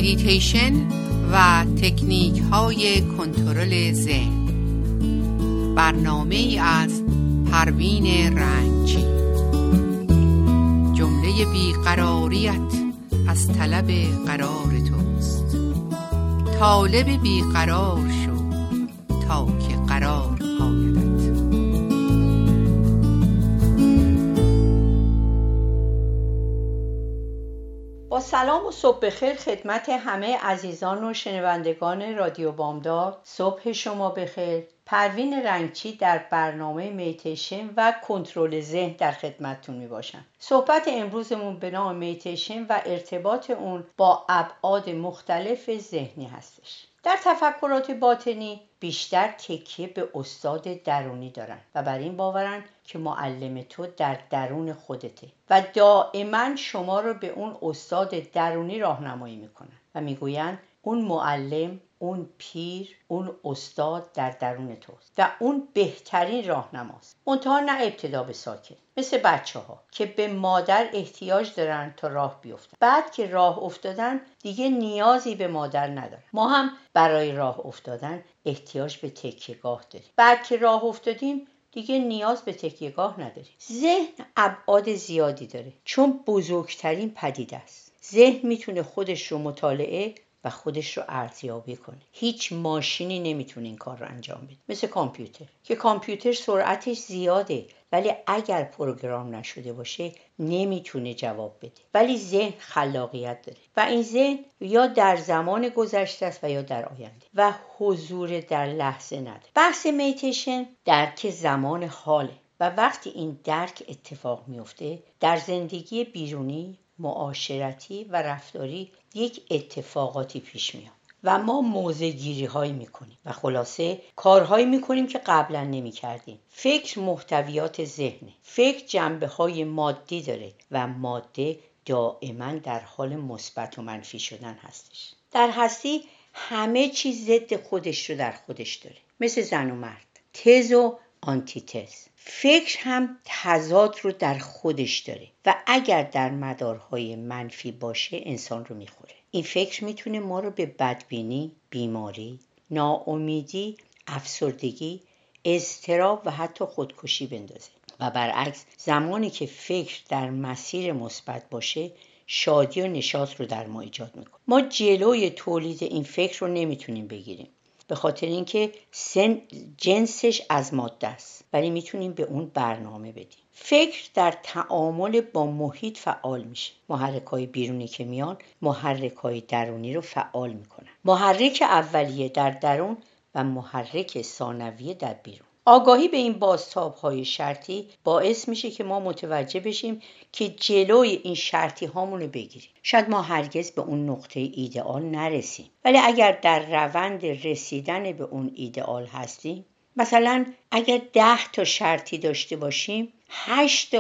مدیتیشن و تکنیک های کنترل ذهن. برنامه از پروین رنجی. جمله بیقراریت از طلب قرار توست. طالب بیقرار شو تا که قرار آیدت. با سلام و صبح بخیر خدمت همه عزیزان و شنوندگان رادیو بامداد. صبح شما بخیر. پروین رنگچی در برنامه مدیتیشن و کنترل ذهن در خدمتتون می باشم. صحبت امروزمون به نام مدیتیشن و ارتباط اون با ابعاد مختلف ذهنی هستش. در تفکرات باطنی بیشتر تکیه به استاد درونی دارن و بر این باورن که معلم تو در درون خودته و دائما شما رو به اون استاد درونی راهنمایی میکنن و میگوین اون معلم، اون پیر، اون استاد در درون توست و اون بهترین راهنماست. منتها نه ابتدا به ساکن، مثل بچه‌ها که به مادر احتیاج دارن تا راه بیفتن. بعد که راه افتادن دیگه نیازی به مادر ندارن. ما هم برای راه افتادن احتیاج به تکیه‌گاه داریم. بعد که راه افتادیم دیگه نیاز به تکیه‌گاه نداریم. ذهن ابعاد زیادی داره چون بزرگترین پدیده است. ذهن میتونه خودش رو مطالعه و خودش رو ارزیابی کنه. هیچ ماشینی نمیتونه این کار رو انجام بده. مثل کامپیوتر که کامپیوتر سرعتش زیاده ولی اگر پروگرام نشده باشه نمیتونه جواب بده. ولی ذهن خلاقیت داره و این ذهن یا در زمان گذشته است و یا در آینده و حضور در لحظه نداره. بحث مدیتیشن درک زمان حاله و وقتی این درک اتفاق میفته در زندگی بیرونی، معاشرتی و رفتاری یک اتفاقاتی پیش میاد و ما موضع‌گیری هایی میکنیم و خلاصه کارهایی میکنیم که قبلا نمیکردیم. فکر محتویات ذهنه. فکر جنبه های مادی داره و ماده دائما در حال مثبت و منفی شدن هستش. در هستی همه چیز ضد خودش رو در خودش داره، مثل زن و مرد، تز و آنتی تز. فکر هم تضاد رو در خودش داره و اگر در مدارهای منفی باشه انسان رو میخوره. این فکر میتونه ما رو به بدبینی، بیماری، ناامیدی، افسردگی، اضطراب و حتی خودکشی بندازه و برعکس زمانی که فکر در مسیر مثبت باشه شادی و نشاط رو در ما ایجاد میکنه. ما جلوی تولید این فکر رو نمیتونیم بگیریم به خاطر اینکه جنسش از ماده است، ولی میتونیم به اون برنامه بدیم. فکر در تعامل با محیط فعال میشه. محرک‌های بیرونی که میان محرک‌های درونی رو فعال میکنن. محرک اولیه در درون و محرک ثانویه در بیرون. آگاهی به این بازتاب‌های شرطی باعث میشه که ما متوجه بشیم که جلوی این شرطی هامونو بگیریم. شاید ما هرگز به اون نقطه ایدئال نرسیم، ولی اگر در روند رسیدن به اون ایدئال هستیم، مثلا اگر 10 تا شرطی داشته باشیم 8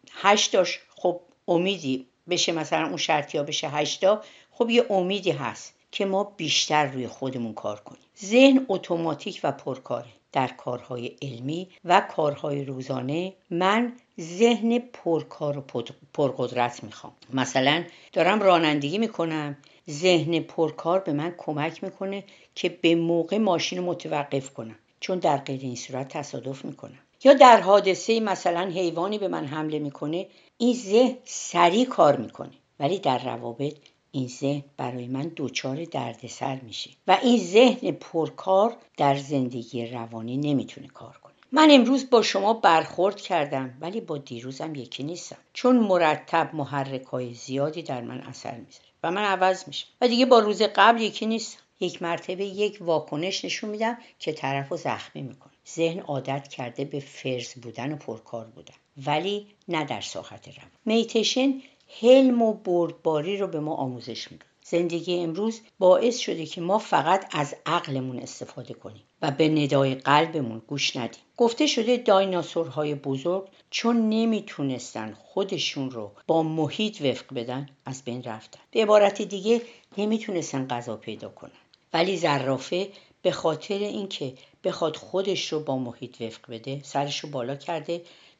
تاش خب امیدی بشه، مثلا اون شرطی ها بشه 8 تا، خب یه امیدی هست که ما بیشتر روی خودمون کار کنیم. ذهن اتوماتیک و پرکاره. در کارهای علمی و کارهای روزانه من ذهن پرکار و پرقدرت میخوام. مثلا دارم رانندگی میکنم، ذهن پرکار به من کمک میکنه که به موقع ماشین رو متوقف کنم، چون در غیر این صورت تصادف میکنم. یا در حادثه مثلا حیوانی به من حمله میکنه، این ذهن سریع کار میکنه، ولی در روابط این ذهن برای من دوچار دردسر میشه و این ذهن پرکار در زندگی روانی نمیتونه کار کنه. من امروز با شما برخورد کردم ولی با دیروزم یکی نیستم، چون مرتب محرک‌های زیادی در من اثر میذاره و من عوض میشم و دیگه با روز قبل یکی نیستم. یک مرتبه یک واکنش نشون میدم که طرفو زخمی میکنه. ذهن عادت کرده به فرز بودن و پرکار بودن، ولی نه در ساحت روان. مدیتیشن حلم و بردباری رو به ما آموزش میده. زندگی امروز باعث شده که ما فقط از عقلمون استفاده کنیم و به ندای قلبمون گوش ندیم. گفته شده دایناسورهای بزرگ چون نمیتونستن خودشون رو با محیط وفق بدن از بین رفتن. به عبارت دیگه نمیتونستن غذا پیدا کنن. ولی زرافه به خاطر اینکه بخواد خودش رو با محیط وفق بده سرش رو بالا کرده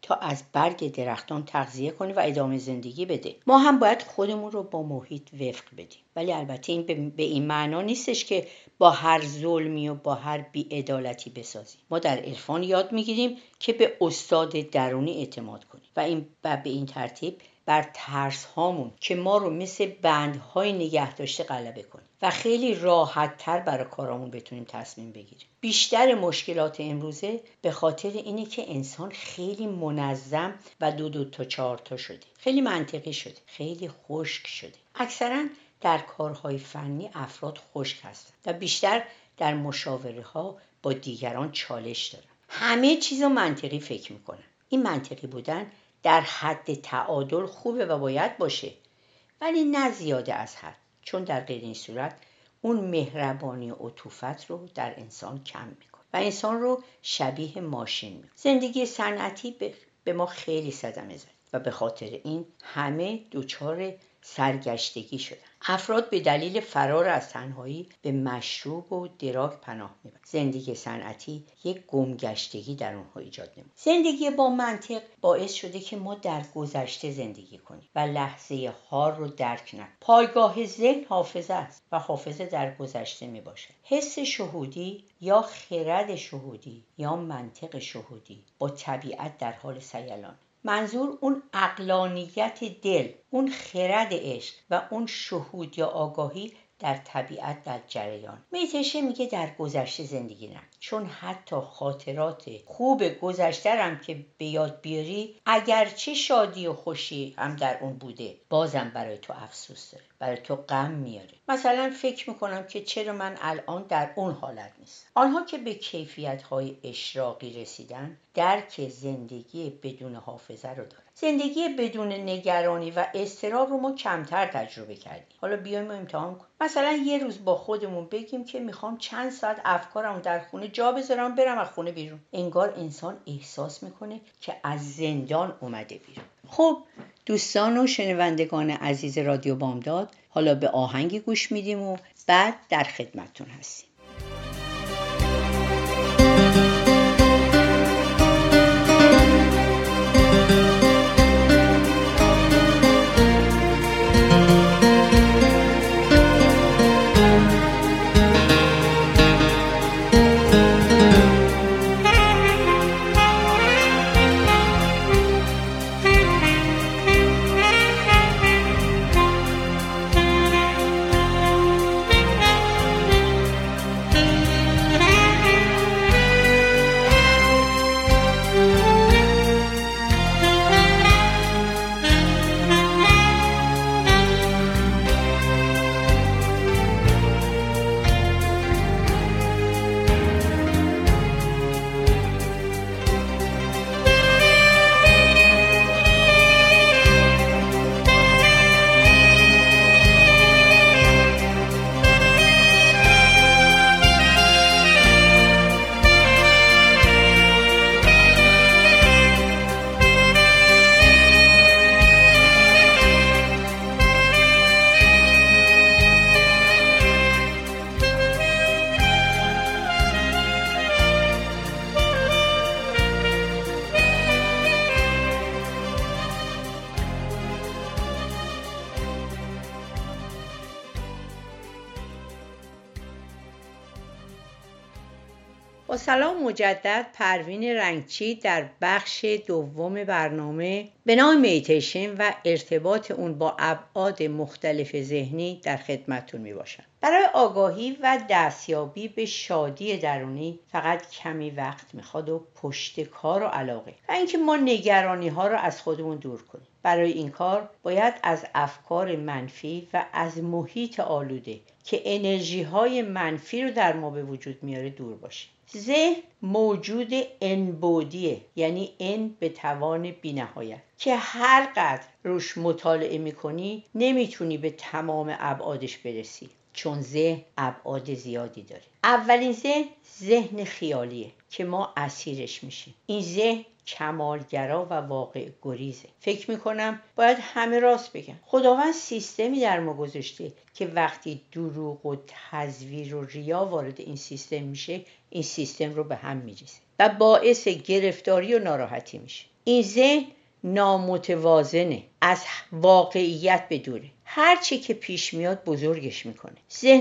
تا از برگ درختان تغذیه کنه و ادامه زندگی بده. ما هم باید خودمون رو با محیط وفق بدیم، ولی البته این به این معنا نیستش که با هر ظلمی و با هر بی‌عدالتی بسازیم. ما در عرفان یاد میگیریم که به استاد درونی اعتماد کنیم و به این ترتیب بر ترس هامون که ما رو مثل بندهای نگه داشته غلبه کنیم و خیلی راحت تر برای کارامون بتونیم تصمیم بگیریم. بیشتر مشکلات امروزه به خاطر اینه که انسان خیلی منظم و دو تا 4 تا شده، خیلی منطقی شده، خیلی خشک شده. اکثرا در کارهای فنی افراد خشک هستند و بیشتر در مشاوره ها با دیگران چالش دارن. همه چیزو منطقی فکر میکنن. این منطقی بودن در حد تعادل خوبه و باید باشه، ولی نه زیاده از حد، چون در غیر این صورت اون مهربانی و عطوفت رو در انسان کم میکنه و انسان رو شبیه ماشین میکنه. زندگی صنعتی به ما خیلی صدمه زد و به خاطر این همه دچار سرگشتگی شدن. افراد به دلیل فرار از تنهایی به مشروب و دراگ پناه میبرند. زندگی صنعتی یک گمگشتگی در اونها ایجاد نمود. زندگی با منطق باعث شده که ما در گذشته زندگی کنیم و لحظه حال رو درک نکنیم. پایگاه ذهن حافظه است و حافظه در گذشته میباشد. حس شهودی یا خرد شهودی یا منطق شهودی با طبیعت در حال سیلان. منظور اون عقلانیت دل، اون خرد عشق و اون شهود یا آگاهی در طبیعت در جریان. میتشه میگه در گذشته زندگی نکن، چون حتی خاطرات خوب گذشته هم که به یاد بیاری، اگرچه شادی و خوشی هم در اون بوده، بازم برای تو افسوس داره، برای تو غم میاره. مثلا فکر میکنم که چرا من الان در اون حالت نیست. آنها که به کیفیت‌های اشراقی رسیدن، درک زندگی بدون حافظه رو دارن. زندگی بدون نگرانی و اضطراب رو ما کمتر تجربه کردیم. حالا بیایم امتحان کنیم. مثلا یه روز با خودمون بگیم که میخوام چند ساعت افکارمو در خونه جا بذارم، برم از خونه بیرون. انگار انسان احساس میکنه که از زندان اومده بیرون. خب دوستان و شنوندگان عزیز رادیو بامداد، حالا به آهنگی گوش میدیم و بعد در خدمتتون هستیم. با سلام مجدد، پروین رنگچی در بخش دوم برنامه به نام میتیشن و ارتباط اون با ابعاد مختلف ذهنی در خدمتتون می باشم. برای آگاهی و دستیابی به شادی درونی فقط کمی وقت میخواد و پشتکار و علاقه و اینکه ما نگرانی ها رو از خودمون دور کنیم. برای این کار باید از افکار منفی و از محیط آلوده که انرژی های منفی رو در ما به وجود میاره دور باشیم. ذهن موجود انبودیه، یعنی ان به توان بی‌نهایت، که هر قدر روش مطالعه میکنی نمیتونی به تمام ابعادش برسی، چون ذهن ابعاد زیادی داره. اولین ذهن خیالیه که ما اسیرش میشیم. این ذهن کمالگرا و واقع گریزه. فکر میکنم باید همه راست بگن. خداوند سیستمی در ما گذاشته که وقتی دروغ و تزویر و ریا وارد این سیستم میشه، این سیستم رو به هم میریزه. و باعث گرفتاری و ناراحتی میشه. این ذهن نامتوازنه، از واقعیت بدوره. هر چی که پیش میاد بزرگش میکنه.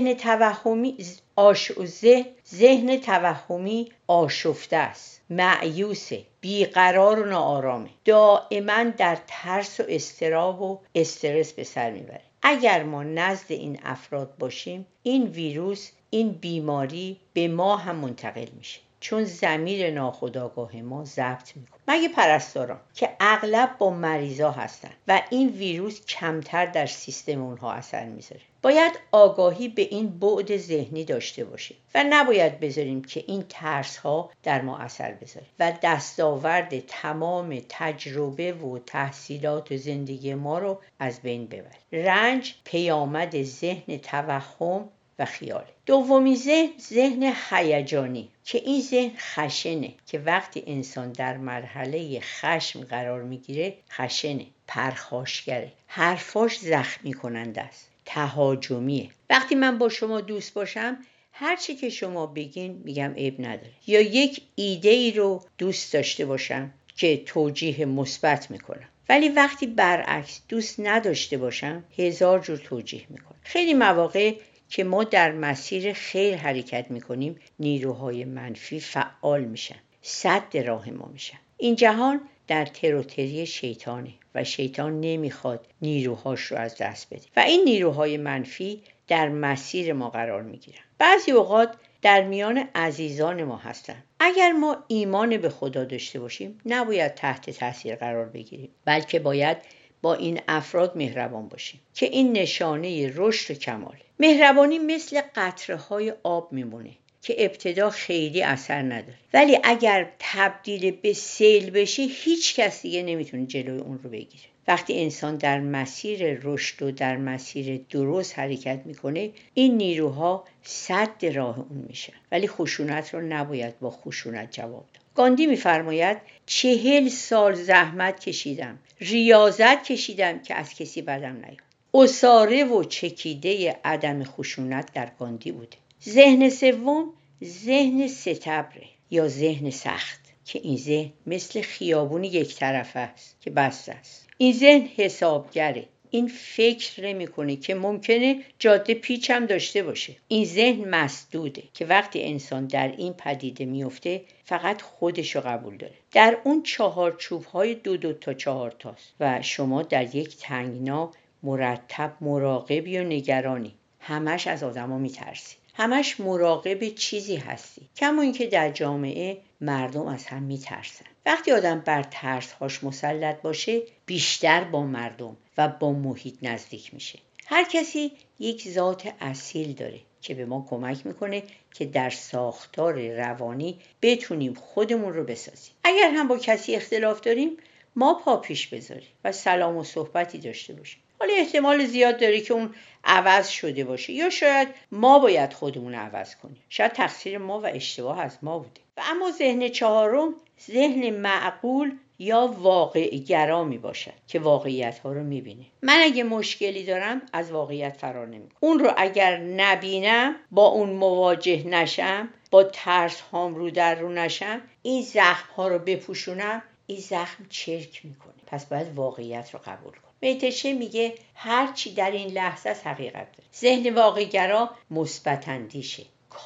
ذهن توهمی آشفته است، مأیوسه، بیقرار و ناآرامه، دائما در ترس و اضطراب و استرس به سر میبره. اگر ما نزد این افراد باشیم، این ویروس، این بیماری به ما هم منتقل میشه، چون ضمیر ناخودآگاه ما ضبط میکنه. مگه پرستاران که اغلب با مریضا هستن و این ویروس کمتر در سیستم اونها اثر میذاره. باید آگاهی به این بعد ذهنی داشته باشیم و نباید بذاریم که این ترس ها در ما اثر بذاره و دستاورد تمام تجربه و تحصیلات زندگی ما رو از بین ببره. رنج پیامد ذهن توهم و خیال. دومی ذهن هیجانی، که این ذهن خشنه، که وقتی انسان در مرحله خشم قرار میگیره خشنه، پرخاشگره، حرفاش زخمی کننده است، تهاجمیه. وقتی من با شما دوست باشم هر چی که شما بگین میگم عیب نداره، یا یک ایده ای رو دوست داشته باشم که توجیه مثبت میکنم، ولی وقتی برعکس دوست نداشته باشم 1000 جور توجیه میکنم. خیلی مواقع که ما در مسیر خیر حرکت میکنیم نیروهای منفی فعال میشن، سد راه ما میشن. این جهان در تروتری شیطانه و شیطان نمیخواد نیروهاش رو از دست بده و این نیروهای منفی در مسیر ما قرار میگیرن. بعضی اوقات در میان عزیزان ما هستن. اگر ما ایمان به خدا داشته باشیم نباید تحت تاثیر قرار بگیریم، بلکه باید با این افراد مهربان باشیم که این نشانه رشد و کمال. مهربانی مثل قطره‌های آب میمونه که ابتدا خیلی اثر نداره، ولی اگر تبدیل به سیل بشه هیچ کس دیگه نمیتونه جلوی اون رو بگیره. وقتی انسان در مسیر رشد و در مسیر درست حرکت میکنه این نیروها سد راه اون میشن، ولی خشونت رو نباید با خشونت جواب داد. گاندی میفرماید 40 سال زحمت کشیدم، ریاضت کشیدم که از کسی بدم نیاد. اساره و چکیده عدم خشونت در گاندی بوده. ذهن سوم ذهن ستبره یا ذهن سخت، که این ذهن مثل خیابون یک طرفه است که بسته است. این ذهن حسابگره، این فکر نمی‌کنه که ممکنه جاده پیچ هم داشته باشه. این ذهن مسدوده که وقتی انسان در این پدیده میفته فقط خودشو قبول داره. در اون چهارچوب‌های دو تا 4 تاست و شما در یک تنگنا مرتب مراقبی و نگرانی، همش از آدما میترسی، همش مراقب چیزی هستی. کما اینکه در جامعه مردم از هم میترسن. وقتی آدم بر ترس‌هاش مسلط باشه بیشتر با مردم و با محیط نزدیک میشه. هر کسی یک ذات اصیل داره که به ما کمک میکنه که در ساختار روانی بتونیم خودمون رو بسازیم. اگر هم با کسی اختلاف داریم ما پا پیش بذاریم و سلام و صحبتی داشته باشیم. حالا احتمال زیاد داره که اون عوض شده باشه، یا شاید ما باید خودمون عوض کنیم، شاید تقصیر ما و اشتباه از ما بوده. و اما ذهن چهارم ذهن معقول یا واقع گرا می باشد که واقعیت ها رو می بینه. من اگه مشکلی دارم از واقعیت فرار نمی کنم. اون رو اگر نبینم، با اون مواجه نشم، با ترس هام رو در رو نشم، این زخم ها رو بپوشونم، این زخم چرک میکنه. پس باید واقعیت رو قبول کنم. میتشه میگه هر چی در این لحظه است حقیقت داره. ذهن واقع‌گرا مثبت اندیشه،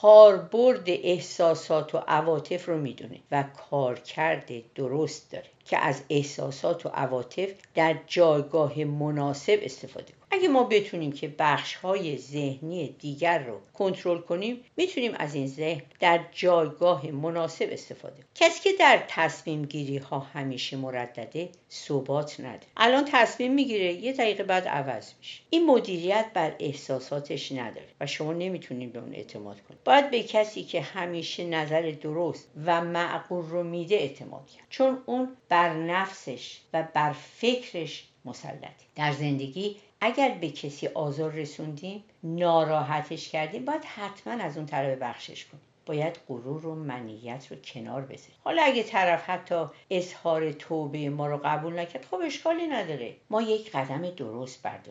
کاربرد احساسات و عواطف رو میدونه و کارکرد درست داره که از احساسات و عواطف در جایگاه مناسب استفاده کنه. اگه ما بتونیم که بخش‌های ذهنی دیگر رو کنترل کنیم میتونیم از این ذهن در جایگاه مناسب استفاده کنیم. کسی که در تصمیم گیری ها همیشه مردده ثبات نداره. الان تصمیم میگیره 1 دقیقه بعد عوض میشه. این مدیریت بر احساساتش نداره و شما نمیتونید به اون اعتماد کنید. باید به کسی که همیشه نظر درست و معقول رو میده اعتماد کنید، چون اون بر نفسش و بر فکرش مسلطه. در زندگی اگر به کسی آزار رسوندیم، ناراحتش کردیم، باید حتما از اون طرف بخشش کنیم. باید غرور و منیت رو کنار بذاریم. حالا اگه طرف حتی اظهار توبه ما رو قبول نکرد، خب اشکالی نداره. ما یک قدم درست برداشتیم.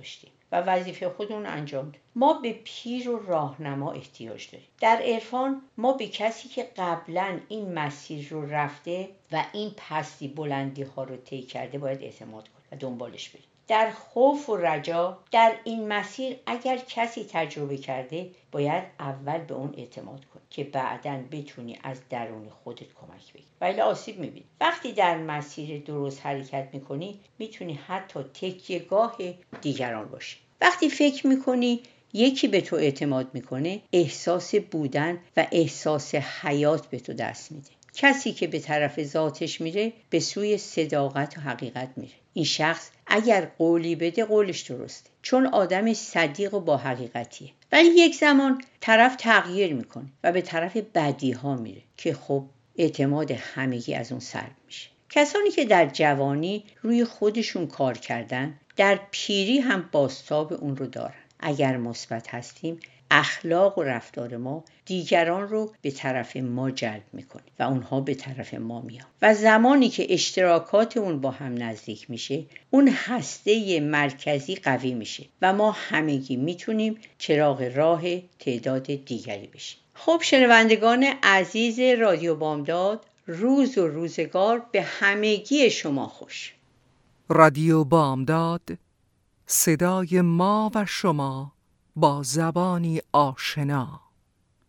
و وظیفه خودمون انجام دادیم. ما به پیر و راهنما احتیاج داریم. در عرفان ما به کسی که قبلا این مسیر رو رفته و این پستی بلندی ها رو طی کرده باید اعتماد کنیم و دنبالش بریم. در خوف و رجا در این مسیر اگر کسی تجربه کرده باید اول به اون اعتماد کنی که بعداً بتونی از درون خودت کمک بگیری، ولی آسیب میبینی. وقتی در مسیر درست حرکت میکنی میتونی حتی تکیه‌گاه دیگران باشی. وقتی فکر میکنی یکی به تو اعتماد میکنه، احساس بودن و احساس حیات به تو دست میده. کسی که به طرف ذاتش میره به سوی صداقت و حقیقت میره. این شخص اگر قولی بده قولش درسته، چون آدم صدیق و با حقیقتیه. ولی یک زمان طرف تغییر میکنه و به طرف بدی ها میره که خب اعتماد همگی از اون سلب میشه. کسانی که در جوانی روی خودشون کار کردن در پیری هم بازتاب اون رو دارن. اگر مثبت هستیم اخلاق و رفتار ما دیگران رو به طرف ما جلب میکنه و اونها به طرف ما میان و زمانی که اشتراکات اون با هم نزدیک میشه اون هسته مرکزی قوی میشه و ما همگی میتونیم چراغ راه تعداد دیگری بشیم. خب شنوندگان عزیز رادیو بامداد، روز و روزگار به همگی شما خوش. رادیو بامداد، صدای ما و شما با زبانی آشنا.